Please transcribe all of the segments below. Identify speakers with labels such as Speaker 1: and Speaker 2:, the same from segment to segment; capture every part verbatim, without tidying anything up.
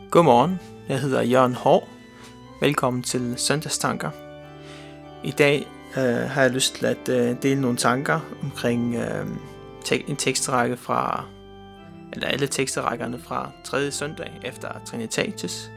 Speaker 1: Godmorgen, jeg hedder Jørgen Hår. Velkommen til Søndagstanker. I dag øh, har jeg lyst til at øh, dele nogle tanker omkring øh, te- en tekstrække fra, eller alle tekstrækkerne fra tredje søndag efter Trinitatis.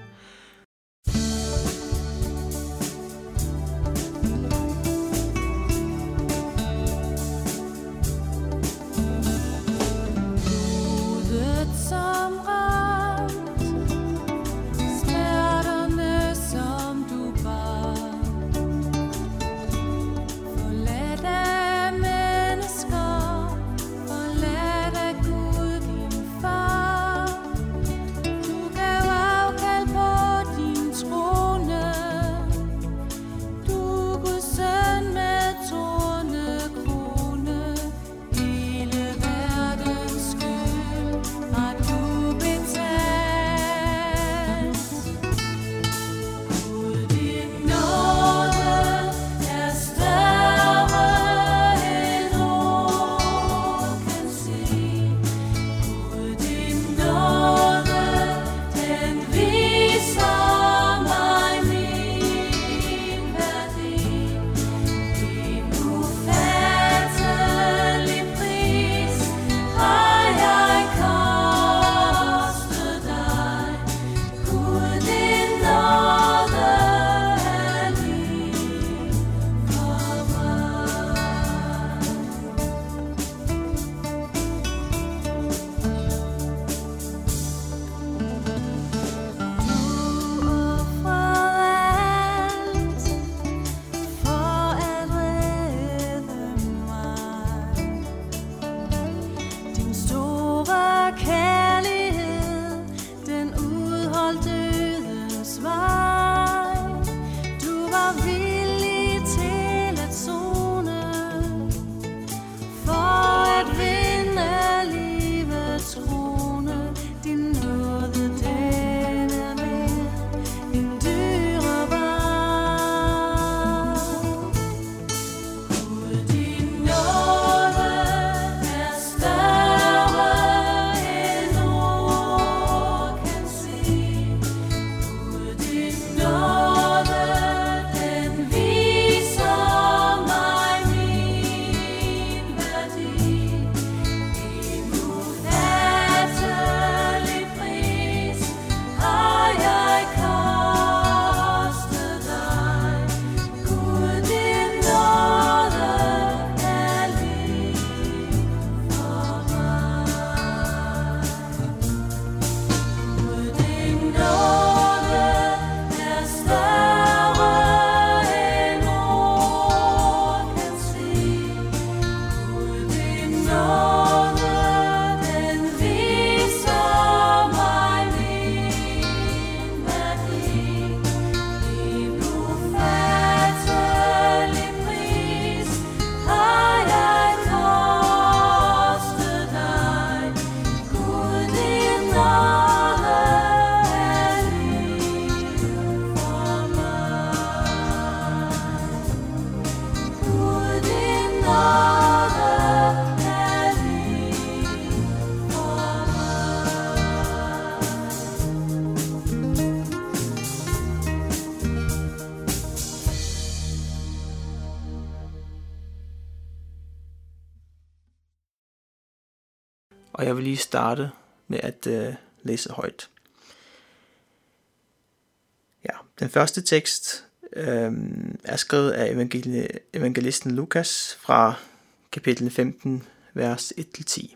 Speaker 1: Og jeg vil lige starte med at øh, læse højt. Ja, den første tekst øh, er skrevet af evangel- evangelisten Lukas fra kapitel femten, vers et til ti.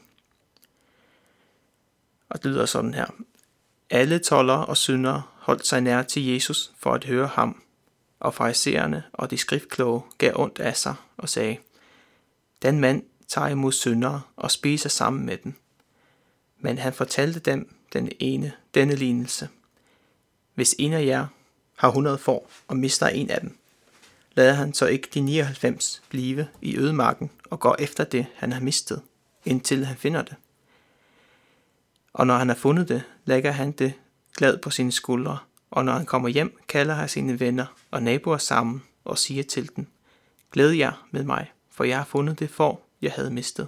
Speaker 1: Og det lyder sådan her. Alle toldere og syndere holdt sig nær til Jesus for at høre ham, og farisæerne og de skriftkloge gav ondt af sig og sagde, den mand tager imod syndere og spiser sammen med dem. Men han fortalte dem den ene, denne lignelse. Hvis en af jer har hundrede får og mister en af dem, lader han så ikke de nioghalvfems blive i ødemarken og går efter det, han har mistet, indtil han finder det. Og når han har fundet det, lægger han det glad på sine skuldre, og når han kommer hjem, kalder han sine venner og naboer sammen og siger til dem, glæd jer med mig, for jeg har fundet det får, jeg havde mistet.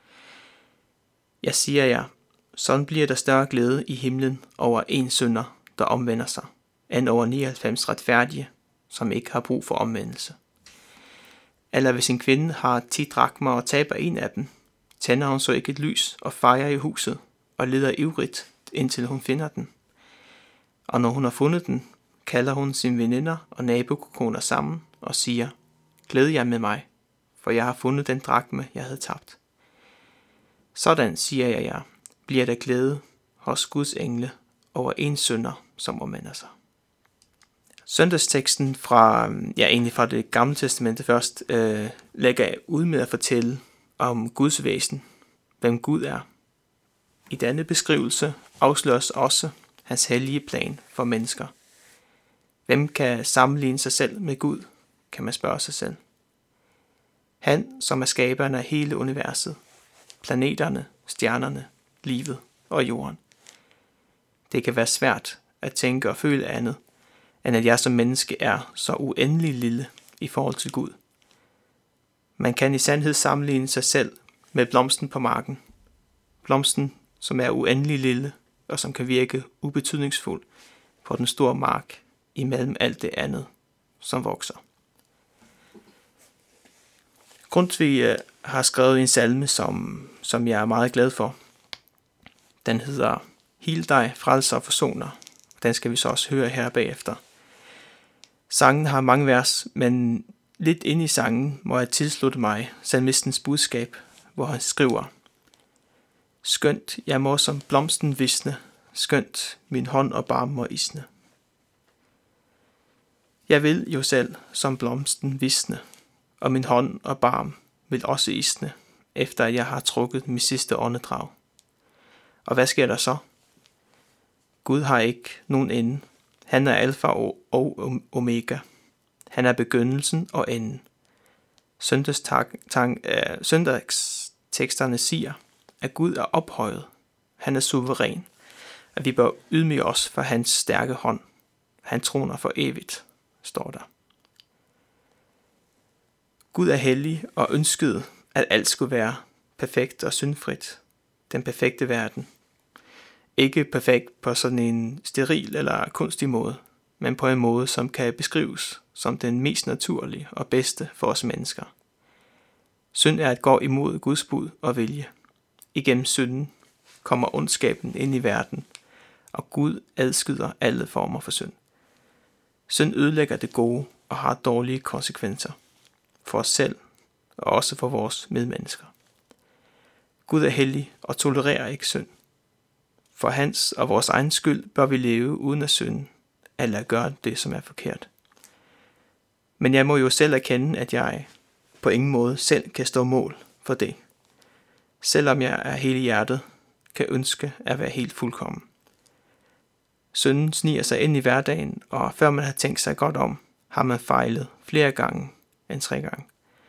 Speaker 1: Jeg siger jer, sådan bliver der større glæde i himlen over en synder, der omvender sig, end over nioghalvfems retfærdige, som ikke har brug for omvendelse. Eller hvis en kvinde har ti drakmer og taber en af dem, tænder hun så ikke et lys og fejrer i huset og leder ivrigt, indtil hun finder den. Og når hun har fundet den, kalder hun sine veninder og nabokoner sammen og siger, glæd jer med mig, for jeg har fundet den drakme, jeg havde tabt. Sådan, siger jeg jer, bliver der glæde hos Guds engle over en synder, som omvender sig. Søndagsteksten fra, ja, egentlig fra det gamle testamente først, øh, lægger ud med at fortælle om Guds væsen, hvem Gud er. I denne beskrivelse afsløres også hans hellige plan for mennesker. Hvem kan sammenligne sig selv med Gud, kan man spørge sig selv. Han, som er skaberen af hele universet, planeterne, stjernerne, livet og jorden. Det kan være svært at tænke og føle andet, end at jeg som menneske er så uendelig lille i forhold til Gud. Man kan i sandhed sammenligne sig selv med blomsten på marken. Blomsten, som er uendelig lille og som kan virke ubetydningsfuld på den store mark imellem alt det andet, som vokser. Grundtvig har skrevet en salme, som, som jeg er meget glad for. Den hedder Hil dig, frelser og forsoner. Den skal vi så også høre her bagefter. Sangen har mange vers, men lidt inde i sangen må jeg tilslutte mig salmistens budskab, hvor han skriver: skønt jeg må som blomsten visne, skønt min hånd og barm må isne. Jeg vil jo selv som blomsten visne, og min hånd og barm vil også isne, efter jeg har trukket mit sidste åndedrag. Og hvad sker der så? Gud har ikke nogen ende. Han er alfa og omega. Han er begyndelsen og enden. Søndagsteksterne siger, at Gud er ophøjet. Han er suveræn. At vi bør ydmyge os for hans stærke hånd. Han troner for evigt, står der. Gud er hellig og ønskede, at alt skulle være perfekt og syndfrit. Den perfekte verden. Ikke perfekt på sådan en steril eller kunstig måde, men på en måde, som kan beskrives som den mest naturlige og bedste for os mennesker. Synd er at gå imod Guds bud og vilje. Igennem synden kommer ondskaben ind i verden, og Gud adskyder alle former for synd. Synd ødelægger det gode og har dårlige konsekvenser for os selv og også for vores medmennesker. Gud er hellig og tolererer ikke synd. For hans og vores egen skyld bør vi leve uden at synde, eller gøre det, som er forkert. Men jeg må jo selv erkende, at jeg på ingen måde selv kan stå mål for det. Selvom jeg er hele hjertet, kan ønske at være helt fuldkommen. Synden sniger sig ind i hverdagen, og før man har tænkt sig godt om, har man fejlet flere gange end tre gange.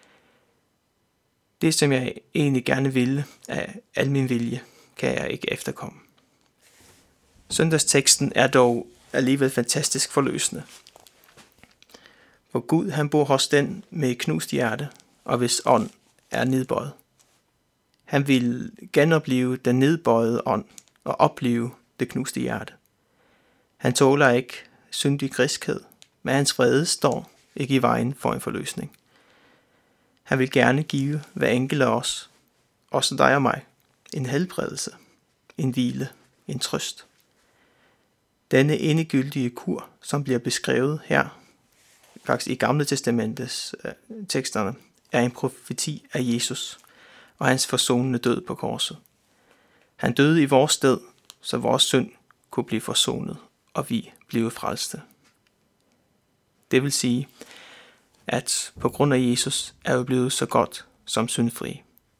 Speaker 1: Det, som jeg egentlig gerne ville af al min vilje, kan jeg ikke efterkomme. Søndagsteksten er dog alligevel fantastisk forløsende. For Gud, han bor hos den med et knust hjerte, og hvis ånd er nedbøjet. Han vil genopleve den nedbøjede ånd og opleve det knuste hjerte. Han tåler ikke syndig griskhed, men hans vrede står ikke i vejen for en forløsning. Han vil gerne give hver enkelt af os, også dig og mig, en helbredelse, en hvile, en trøst. Denne endegyldige kur, som bliver beskrevet her, faktisk i Gamle Testamentets øh, teksterne, er en profeti af Jesus og hans forsonende død på korset. Han døde i vores sted, så vores synd kunne blive forsonet, og vi blive frelste. Det vil sige, at på grund af Jesus er vi blevet så godt som syndfri.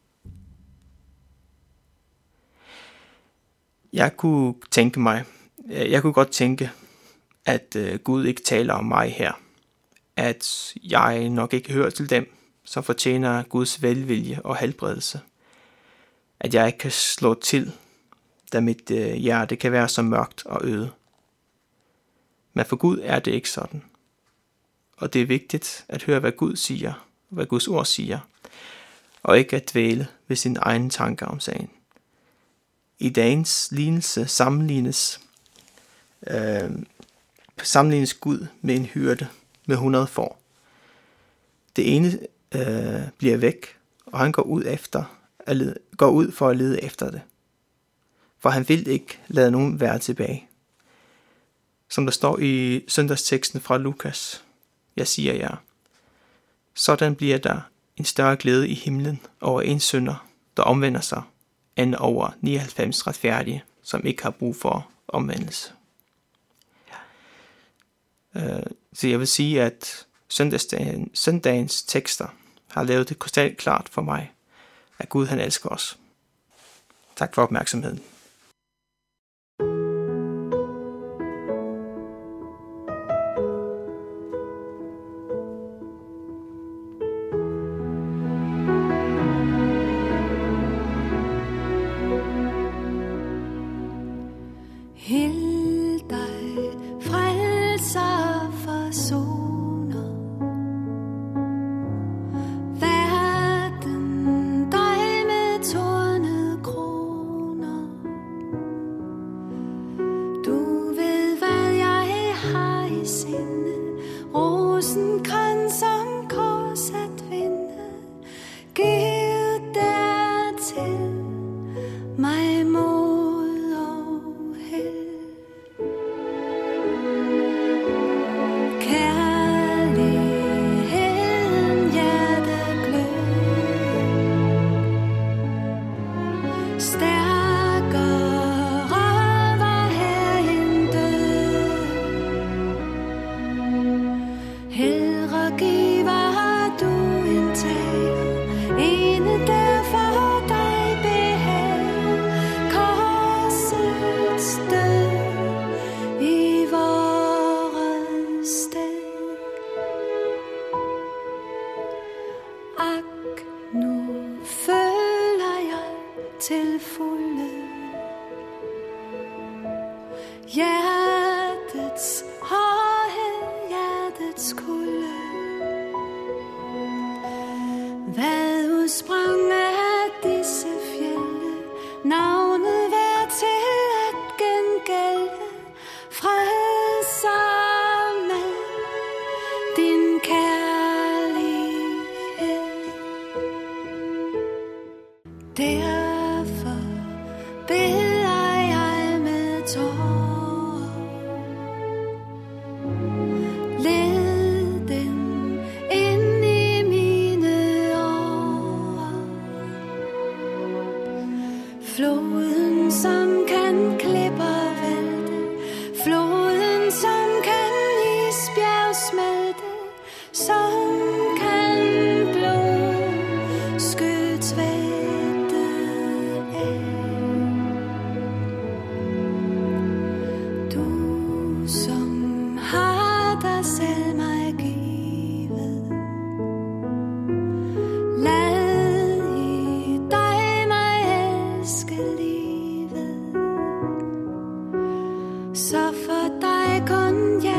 Speaker 1: Jeg kunne tænke mig, jeg kunne godt tænke, at Gud ikke taler om mig her. At jeg nok ikke hører til dem, som fortjener Guds velvilje og helbredelse. At jeg ikke kan slå til, da mit hjerte kan være så mørkt og øde. Men for Gud er det ikke sådan. Og det er vigtigt at høre, hvad Gud siger, hvad Guds ord siger, og ikke at dvæle ved sine egne tanker om sagen. I dagens lignelse sammenlignes øh, sammenlignes Gud med en hyrde med hundrede får. Det ene øh, bliver væk, og han går ud, efter at lede, går ud for at lede efter det. For han vil ikke lade nogen være tilbage. Som der står i søndagsteksten fra Lukas, jeg siger jer, sådan bliver der en større glæde i himlen over en synder, der omvender sig, end over nioghalvfems retfærdige, som ikke har brug for omvendelse. Så jeg vil sige, at søndagen, søndagens tekster har lavet det krystalklart for mig, at Gud han elsker os. Tak for opmærksomheden.
Speaker 2: Hild dig, frelser forsoner, verden dig med tornekroner. Du ved, hvad jeg har i sinde, rosenkrans som kors at vinde. Giv dertil mig mod og held. Kærligheden hjerteglød, stærkere var her end død. Hellere giver du en tager, ene der for dig behager. Korsets død i vores sted. Ak, nu føler jeg til fulde hjertets hårdhed, hjertets kulde. Hvad udsprang af disse fjelde, navnet vær til at gengælde. Frelser med din kærlighed. Derfor beder jeg med tårer, led den ind i mine år. Floden som kan klipper vælte, floden som kan isbjerg smelte, som kan blod skyt vælte af. Du som har dig selv mig givet, lad i dig mig elske livet. Så for dig kun jeg